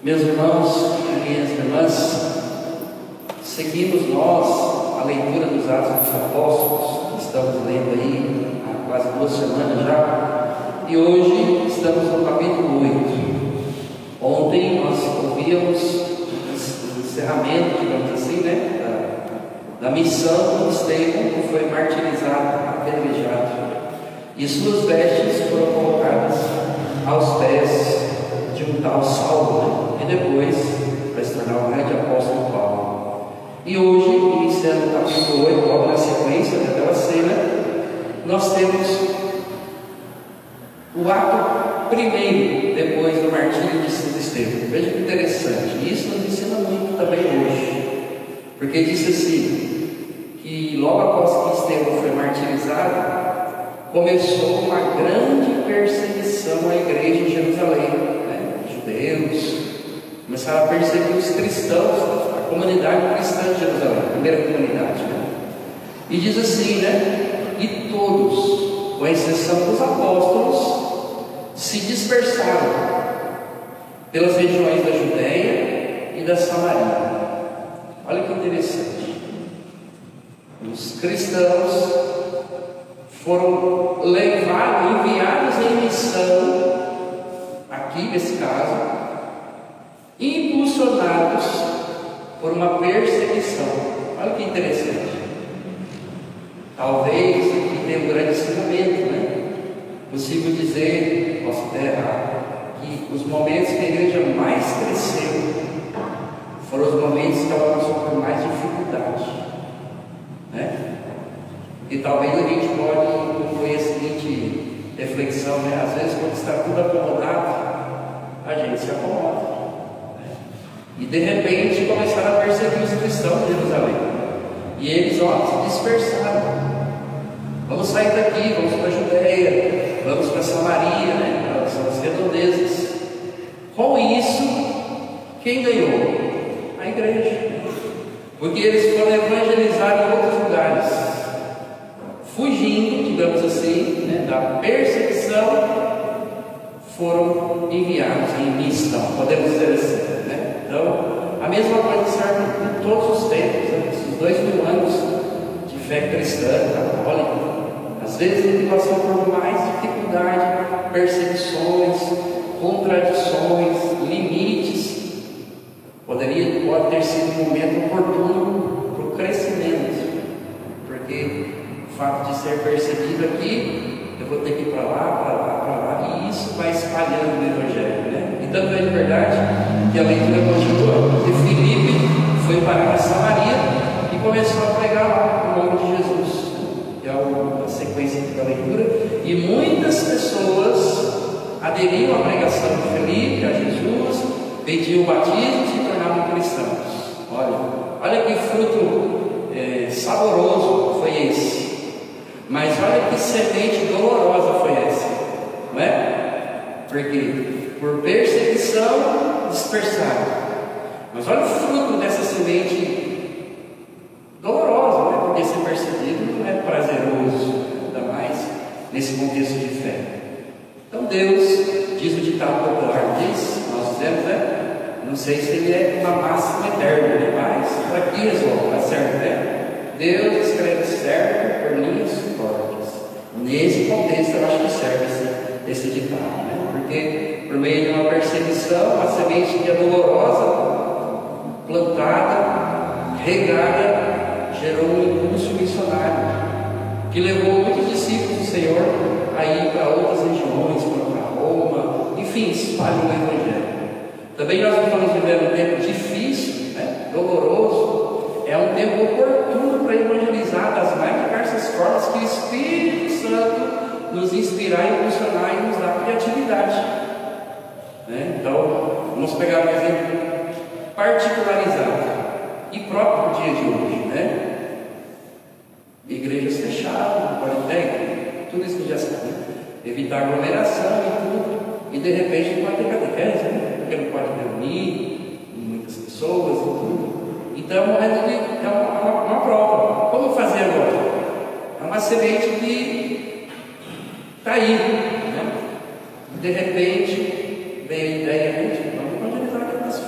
Meus irmãos e minhas irmãs, seguimos nós a leitura dos Atos dos Apóstolos, que estamos lendo aí há quase 2 semanas já, e hoje estamos no capítulo 8. Ontem nós ouvíamos o encerramento, digamos assim, da missão de Estevão, que foi martirizado, apedrejado, e suas vestes foram colocadas aos pés de um tal Saulo, e depois vai se tornar o grande apóstolo Paulo. E hoje, iniciando o capítulo 8, logo na sequência daquela cena, nós temos o ato primeiro depois do martírio de Santo Estevão. Veja que interessante, e isso nos ensina muito também hoje, porque disse assim, que logo após que Estevão foi martirizado, começou uma grande perseguição à igreja em Jerusalém, judeus, começaram a perseguir os cristãos, a comunidade cristã de Jerusalém, a primeira comunidade, e diz assim, e todos, com exceção dos apóstolos, se dispersaram pelas regiões da Judéia e da Samaria. Olha que interessante, os cristãos foram enviados em missão, aqui nesse caso, impulsionados por uma perseguição. Olha que interessante. Talvez aqui tenha um grande ensinamento, Consigo dizer, posso até errar, que os momentos que a igreja mais cresceu foram os momentos que ela passou por mais dificuldade, E talvez a gente pode concluir a seguinte reflexão, às vezes quando está tudo acomodado, a gente se acomoda, e de repente começaram a perseguir os cristãos de Jerusalém, e eles se dispersaram. Vamos sair daqui, vamos para a Judéia, vamos para Samaria, são as redondezas. Com isso, quem ganhou? A igreja, porque eles foram evangelizar em outros lugares, fugindo, digamos assim, da perseguição, foram enviados em missão, podemos dizer assim, Então, a mesma coisa serve em todos os tempos, esses 2000 anos de fé cristã, católica. Às vezes ele passou por mais dificuldade, perseguições, contradições, limites. Pode ter sido um momento oportuno para o crescimento, porque o fato de ser perseguido aqui, eu vou ter que ir para lá, e isso vai espalhando o Evangelho, E tanto é de verdade que a leitura continua, que Filipe foi parar na Samaria e começou a pregar lá o nome de Jesus, que é a sequência da leitura, e muitas pessoas aderiam à pregação de Filipe, a Jesus, pediam o batismo e se tornavam cristãos. Olha que fruto saboroso foi esse. Mas olha que semente dolorosa foi essa, não é? Porque por perseguição dispersaram. Mas olha o fruto dessa semente dolorosa, Porque ser perseguido não é prazeroso, ainda mais nesse contexto de fé. Então Deus, diz o ditado popular, nós dizemos, Não sei se ele é uma máxima eterna, mas para aqui resolve, tá certo, Deus escreve certo por linhas tortas. Nesse contexto eu acho que serve esse ditado, Porque por meio de uma perseguição, uma semente que é dolorosa, plantada, regada, gerou um impulso missionário, que levou muitos discípulos do Senhor a ir para outras regiões, para Roma, enfim, espalhou o Evangelho. Também nós estamos vivendo um tempo difícil, doloroso. É um tempo oportuno para evangelizar das mais diversas formas que o Espírito Santo nos inspirar, impulsionar e nos dar criatividade. Então, vamos pegar um exemplo particularizado e próprio para o dia de hoje, Igrejas fechadas, quarentena, tudo isso que já sabe, evitar aglomeração e tudo, e de repente não vai ter catequese, porque não pode reunir muitas pessoas e tudo. Então é uma prova. Como fazer agora? É uma semente que está aí, De repente veio a ideia, vamos evangelizar aqui nas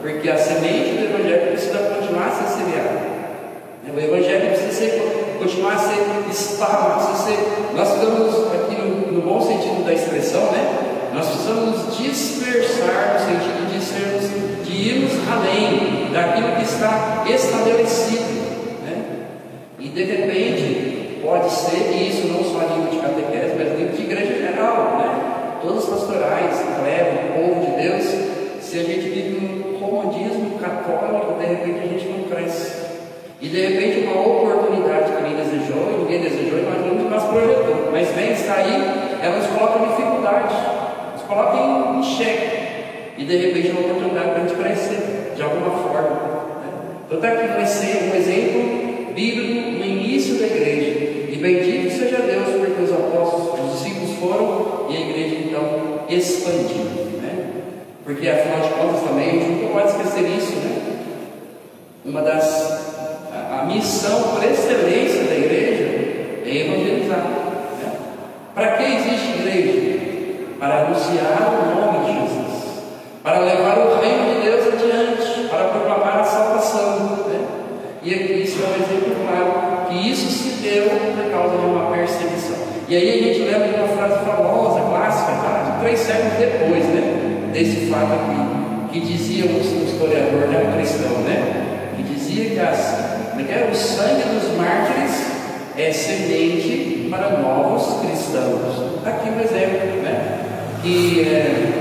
porque a semente do Evangelho precisa continuar a ser semeada. O Evangelho precisa continuar a ser espalhado, nós precisamos, aqui no bom sentido da expressão, né? Nós precisamos dispersar no sentido de irmos além daquilo que está estabelecido, né? E de repente, pode ser, e isso não só a nível de catequese, mas a nível de igreja geral, né? Todas as pastorais, o povo de Deus, se a gente vive num comodismo católico, de repente a gente não cresce. E de repente uma oportunidade que ninguém desejou, e nós projetamos, mas vem, está aí, ela nos coloca em dificuldade, nos coloca em xeque, e de repente é uma oportunidade para a gente crescer, de alguma forma, né? Então está aqui vai ser um exemplo bíblico no início da igreja, e bendito seja Deus, porque os apóstolos, os discípulos foram, e a igreja então expandiu, né? Porque afinal de contas também, a gente nunca pode esquecer isso, né? A missão por excelência da igreja é evangelizar, né? Para que existe igreja? Para anunciar o nome de Jesus, para levar o reino de Deus adiante, para proclamar a salvação, né? E aqui isso é um exemplo claro que isso se deu por causa de uma perseguição. E aí a gente lembra de uma frase famosa, clássica, tá? De 3 séculos depois, né? Desse fato aqui, que dizia um historiador, né? Um cristão, né? Que dizia que o sangue dos mártires é semente para novos cristãos. Aqui um exemplo, né? Que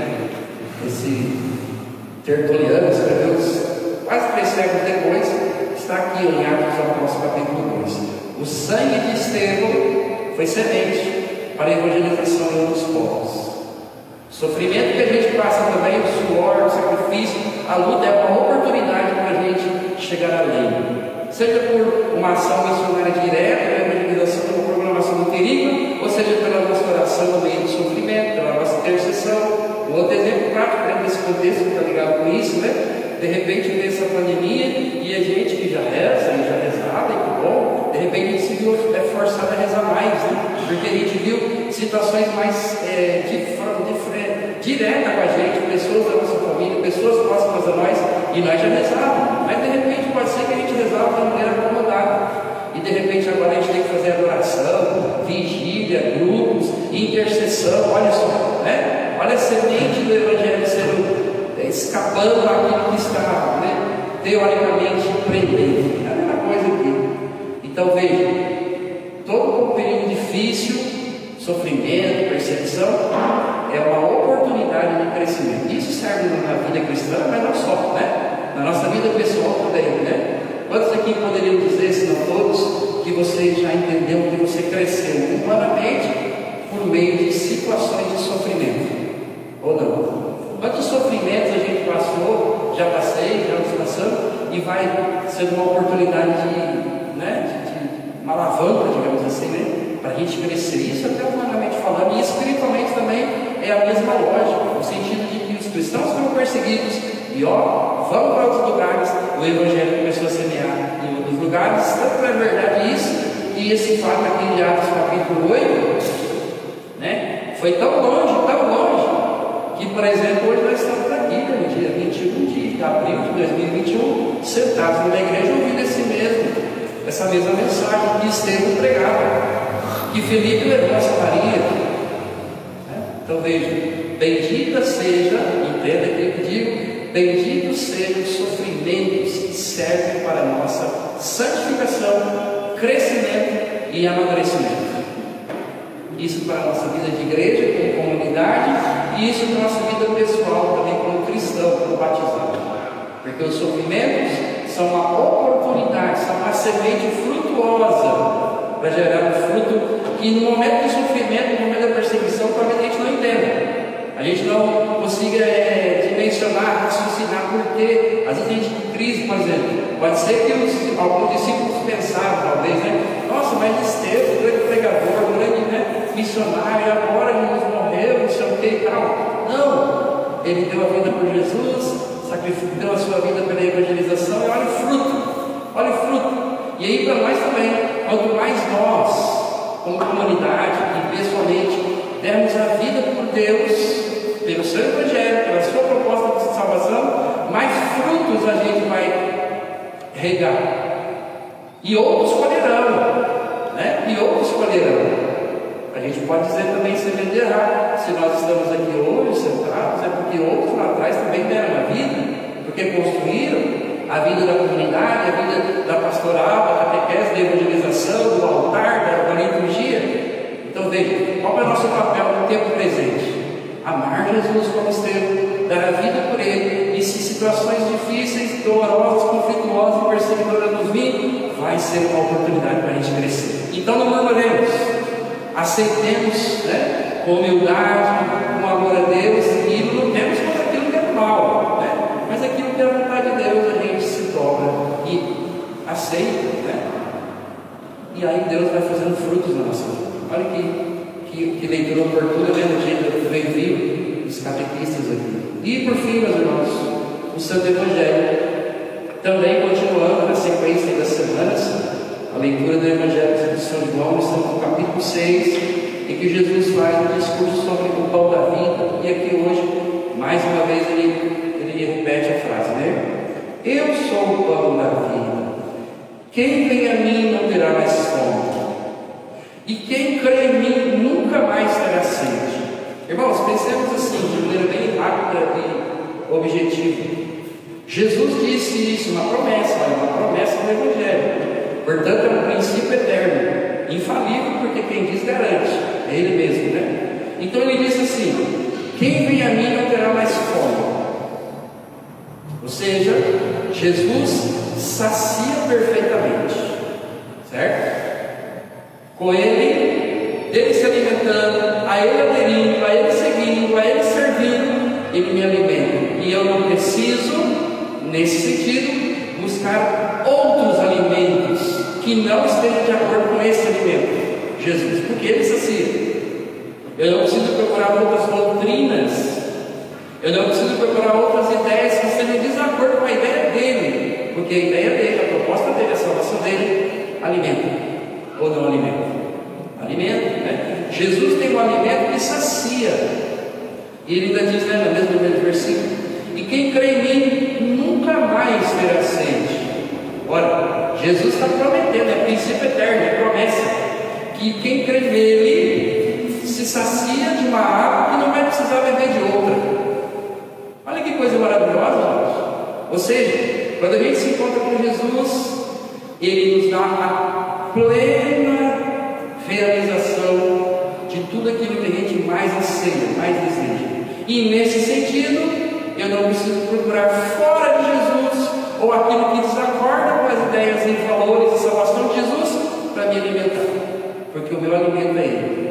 esse Tertuliano escreveu quase 3 séculos depois, está aqui em Atos dos Apóstolos, capítulo 2. O sangue de Estevão foi semente para a evangelização em outros povos. O sofrimento que a gente passa também, o suor, o sacrifício, a luta é uma oportunidade para a gente chegar além. Seja por uma ação missionária direta, pela evangelização, pela programação interina, ou seja pela nossa oração no meio do sofrimento, pela nossa intercessão. Um outro exemplo prático dentro desse contexto que está ligado com isso, né? De repente veio essa pandemia e a gente que já reza e já rezava, e que bom, de repente a gente se viu forçado a rezar mais, né? Porque a gente viu situações mais diretas com a gente, pessoas da nossa família, pessoas próximas a nós, e nós já rezávamos, mas de repente pode ser que a gente rezava de maneira acomodada, e de repente agora a gente tem que fazer adoração, vigília, grupos, intercessão, olha só, né? Olha a semente do Evangelho sendo escapando daquilo que está, né? Teoricamente prendendo. É a mesma coisa aqui. Então veja, todo um período difícil, sofrimento, perseguição, é uma oportunidade de crescimento. Isso serve na vida cristã, mas não só, né? Na nossa vida pessoal também, né? Quantos aqui poderiam dizer, se não todos, que você já entendeu que você cresceu humanamente por meio de situações de sofrimento? Ou não? Quantos sofrimentos a gente passou, já passei, já nos passamos, e vai sendo uma oportunidade de uma alavanca, digamos assim, né? Para a gente crescer. Isso até humanamente falando, e espiritualmente também é a mesma lógica, no sentido de que os cristãos foram perseguidos, e vamos para outros lugares, o Evangelho começou a semear em outros lugares, tanto é verdade isso, e esse fato aqui de Atos capítulo 8, né? Foi tão longe, que, por exemplo, hoje nós estamos aqui, no dia 21 de abril de 2021, sentados numa igreja ouvindo essa mesma mensagem que Estevão pregava, que Felipe levou a Samaria, né? Então veja, bendita seja, entenda aquilo que digo, benditos sejam os sofrimentos que servem para a nossa santificação, crescimento e amadurecimento. Isso para a nossa vida de igreja, como comunidade, e isso para a nossa vida pessoal também como cristão, como batizado. Porque os sofrimentos são uma oportunidade, são uma semente frutuosa para gerar um fruto que no momento do sofrimento, no momento da perseguição, talvez a gente não entenda. A gente não consiga dimensionar, raciocinar, porque às vezes a gente tem crise, por exemplo. Pode ser que alguns discípulos pensavam, talvez, né? Nossa, mas Estevão, grande pregador, grande, né, missionário, agora Jesus morreu, não sei o que e tal. Não, ele deu a vida por Jesus, sacrificou a sua vida pela evangelização, e olha o fruto. E aí para nós também, quanto mais nós, como comunidade e pessoalmente, dermos a vida por Deus, pelo seu Evangelho, pela sua proposta de salvação, mais fruto regar. E outros colherão, né? E outros colherão. A gente pode dizer também, se errar, se nós estamos aqui hoje sentados, é porque outros lá atrás também deram a vida, porque construíram a vida da comunidade, a vida da pastoral, da catequese, da evangelização, do altar, da liturgia. Então veja, qual é o nosso papel no tempo presente? Amar Jesus como esteve, dar a vida por Ele, e se situações difíceis, dolorosas, conflituosas e perseguidoras nos virem, vai ser uma oportunidade para a gente crescer. Então não murmuremos, aceitemos, né, com humildade, com amor a Deus, e lutemos contra aquilo que é mal, né? Mas aquilo que é a vontade de Deus, a gente se dobra e aceita, né? E aí Deus vai fazendo frutos na nossa vida. Olha que leitura oportuna, né? Do jeito que veio vivo os catequistas aqui. E por fim, meus irmãos, o Santo Evangelho. Também continuando na sequência das semanas, a leitura do Evangelho de São João, estamos no capítulo 6, em que Jesus faz um discurso sobre o pão da vida, e aqui hoje, mais uma vez, ele repete a frase, né? Eu sou o pão da vida, quem vem a mim não terá mais fome, e quem crê em mim nunca mais terá sede. Irmãos, pensemos assim, de maneira bem rápida e objetiva. Jesus disse isso, uma promessa do Evangelho. Portanto, é um princípio eterno, infalível, porque quem diz garante, é Ele mesmo, né? Então ele disse assim: quem vem a mim não terá mais fome. Ou seja, Jesus sacia perfeitamente, certo? Com Ele se alimentando, a Ele aderindo, a Ele seguindo, a Ele servindo, Ele me alimenta. E eu não preciso, nesse sentido, buscar outros alimentos que não estejam de acordo com esse alimento, Jesus, porque Ele sacia. Eu não preciso procurar outras doutrinas, eu não preciso procurar outras ideias que estejam em desacordo com a ideia dele, porque a ideia dele, a proposta dele, a salvação dele, alimenta ou não alimenta? Alimenta, né? Jesus tem um alimento que sacia, e ele ainda diz, né, no mesmo versículo: e quem crê em mim nunca mais terá sede. Ora, Jesus está prometendo, é princípio eterno, é promessa, que quem crê nele se sacia de uma água que não vai precisar beber de outra. Olha que coisa maravilhosa, irmãos. Ou seja, quando a gente se encontra com Jesus, Ele nos dá a plena realização de tudo aquilo que a gente mais anseia, mais deseja. E nesse sentido, eu não preciso procurar fora de Jesus, ou aquilo que desacorda com as ideias e valores e salvação de Jesus, para me alimentar, porque o meu alimento é Ele.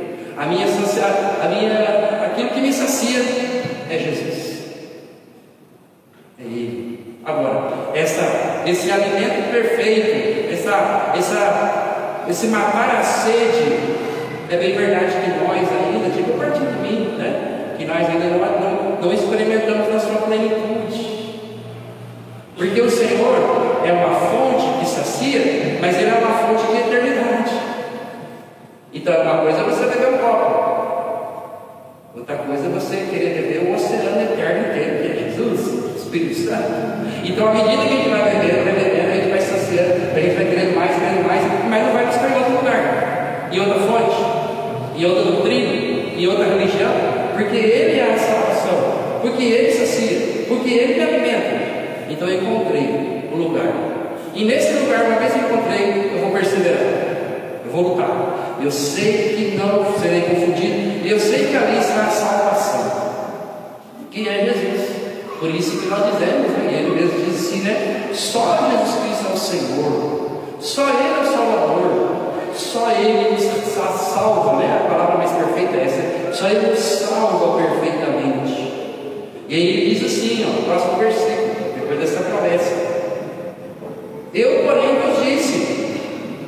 Aquilo que me sacia é Jesus, é Ele. Agora, esse alimento perfeito, esse matar a sede, é bem verdade que nós ainda, digo a partir de mim, né, que nós ainda não experimentamos na sua plenitude. Porque o Senhor é uma fonte que sacia, mas Ele é uma fonte de eternidade. Então, uma coisa é você beber um copo, outra coisa é você querer beber o oceano eterno inteiro, que é Jesus, o Espírito Santo. Então, à medida que a gente vai bebendo, a gente vai saciando, a gente vai querendo mais, mas não vai buscar em outro lugar, em outra fonte, em outra doutrina, em outra religião, porque Ele é a salvação, porque Ele sacia, porque Ele me alimenta. Então eu encontrei o lugar, e nesse lugar, uma vez que eu encontrei, eu vou perseverar, eu vou lutar. Eu sei que não serei confundido, eu sei que ali está a salvação, que é Jesus. Por isso que nós dizemos, né? Ele mesmo diz assim, né? Só Jesus Cristo é o Senhor, só Ele é o Salvador, só Ele nos salva, né? A palavra mais perfeita é essa, só Ele nos salva perfeitamente. E aí ele diz assim, ó, no próximo versículo, depois dessa promessa: eu, porém, vos disse,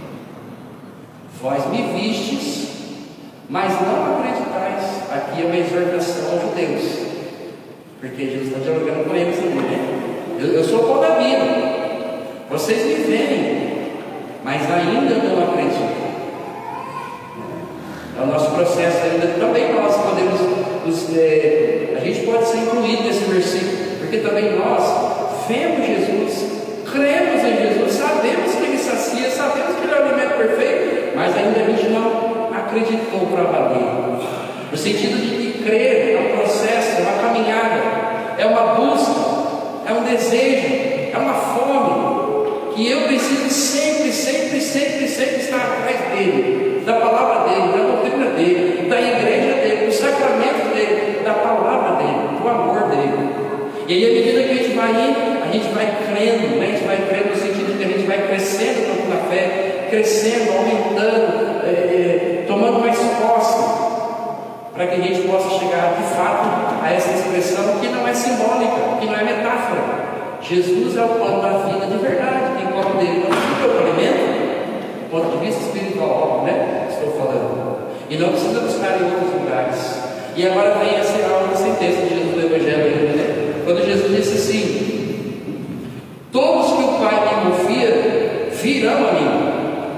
vós me vistes, mas não acreditais. Aqui é uma exortação aos judeus, porque Jesus está dialogando com eles ali, né? Eu sou o pão da vida, vocês me veem, mas ainda não acreditam. É o nosso processo ainda. Também nós podemos, a gente pode ser incluído nesse versículo, porque também nós vemos Jesus, cremos em Jesus, sabemos que Ele sacia, sabemos que Ele é o alimento perfeito, mas ainda a gente não acreditou para valer. No sentido de que crer é um processo, é uma caminhada, é uma busca, é um desejo, é uma fome, que eu preciso sempre estar atrás dele, da palavra dele, da doutrina dele, da igreja dele, do sacramento dele, da palavra dele, do amor dele. E aí, à medida que a gente vai indo, a gente vai crendo, né? A gente vai crendo no sentido de que a gente vai crescendo na fé, crescendo, aumentando, tomando mais posse, para que a gente possa chegar de fato a essa expressão que não é simbólica, que não é metáfora. Jesus é o pão da vida de verdade. Quem come dele não fica o alimento, do ponto de vista espiritual, né? Estou falando. E não precisa buscar em outros lugares. E agora vem essa aula de sentença de Jesus do Evangelho, né? Quando Jesus disse assim: todos que o Pai me confia virão a mim.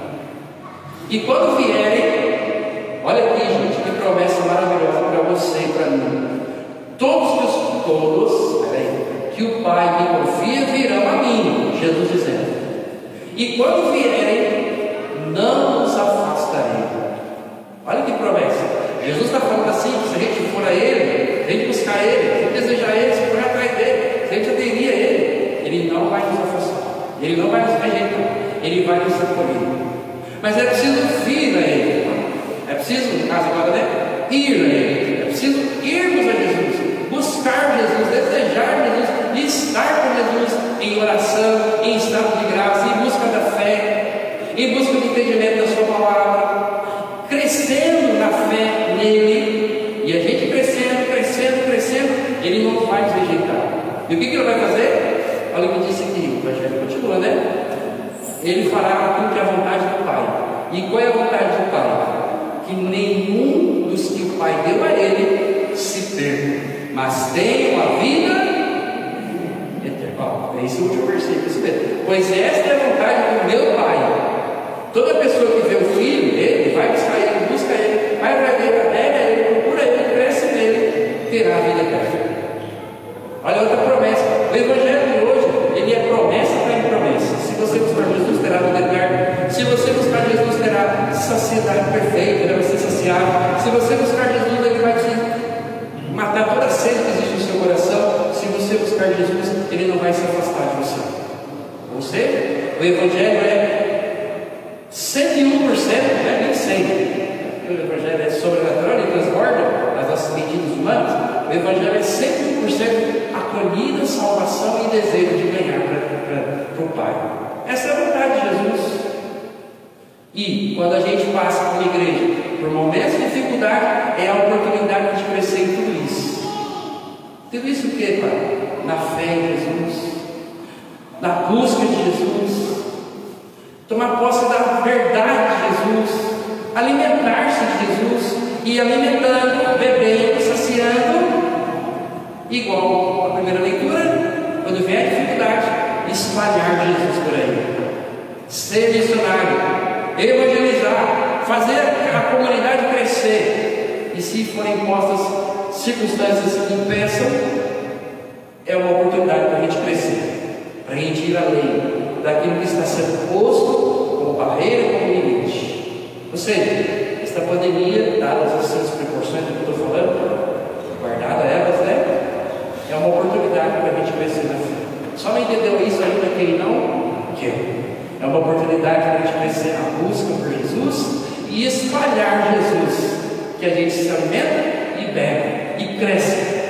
E quando vierem, olha aqui, gente, que promessa maravilhosa para você e para mim. Todos que o Pai me confia virão a mim, Jesus dizendo. E quando vierem, não os afastarei. Olha que promessa. Jesus está falando assim: se a gente for a Ele, se a gente buscar Ele, se a gente desejar Ele, se correr atrás dele, se a gente aderir a Ele, Ele não vai nos afastar, Ele não vai nos rejeitar, Ele vai nos acolher. Mas é preciso vir a Ele, é preciso, no caso agora, né, ir a Ele, é preciso irmos a Jesus, buscar Jesus, desejar Jesus, estar com Jesus em oração, em estado de graça, em busca da fé, em busca do entendimento da Sua palavra, crescendo na fé nele. E a gente crescendo, Ele não vai nos rejeitar. E o que Ele vai fazer? Olha o que disse aqui, o Evangelho continua, né? Ele fará aquilo que é a vontade do Pai. E qual é a vontade do Pai? Que nenhum dos que o Pai deu a Ele se perca, mas tenham a vida eterna. É esse o último versículo, isso mesmo. Pois esta é a vontade do meu Pai. Toda pessoa que vê o Filho dele, vai buscar Ele, busca Ele, vai para Ele, pega Ele, procura Ele, cresce nele, terá a vida eterna. Olha outra promessa. O Evangelho de hoje, ele é promessa para promessa. Se você buscar Jesus, terá vida eterna. Se você buscar Jesus, terá saciedade perfeita, ele vai ser saciado. Se você buscar Jesus, Ele vai te matar toda a sede que existe no seu coração. Se você buscar Jesus, Ele não vai se afastar de você. Ou seja, o Evangelho é 101%, não é nem 100%. O Evangelho é sobrenatural, ele transborda as nossas medidas humanas. O Evangelho é 100% acolhida, salvação e desejo de ganhar para o Pai. Essa é a vontade de Jesus. E quando a gente passa como igreja por momentos de dificuldade, é a oportunidade de crescer em tudo isso. Tudo isso o que, Pai? Na fé em Jesus, na busca de Jesus, tomar posse da verdade de Jesus, alimentar-se de Jesus, e alimentando, bebendo, saciando, igual a primeira leitura, quando vier a dificuldade, espalhar Jesus por aí, ser missionário, evangelizar, fazer a comunidade crescer. E se forem impostas circunstâncias que impeçam, é uma oportunidade para a gente crescer, para a gente ir além daquilo que está sendo posto como barreira, como limite. Ou seja, esta pandemia, dadas as suas proporções do que eu estou falando, guardada elas, né? É uma oportunidade para a gente crescer na fé. Só não entendeu isso ainda quem não quer. É uma oportunidade para a gente crescer na busca por Jesus e espalhar Jesus, que a gente se alimenta e bebe e cresce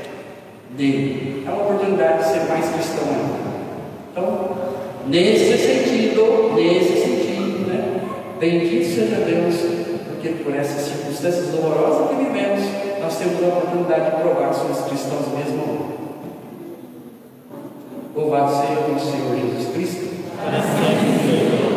dele. É uma oportunidade de ser mais cristão ainda. Então, nesse sentido, né? Bendito seja Deus, porque por essas circunstâncias dolorosas que vivemos, nós temos a oportunidade de provar que somos cristãos mesmo. Louvado seja o Senhor Jesus Cristo.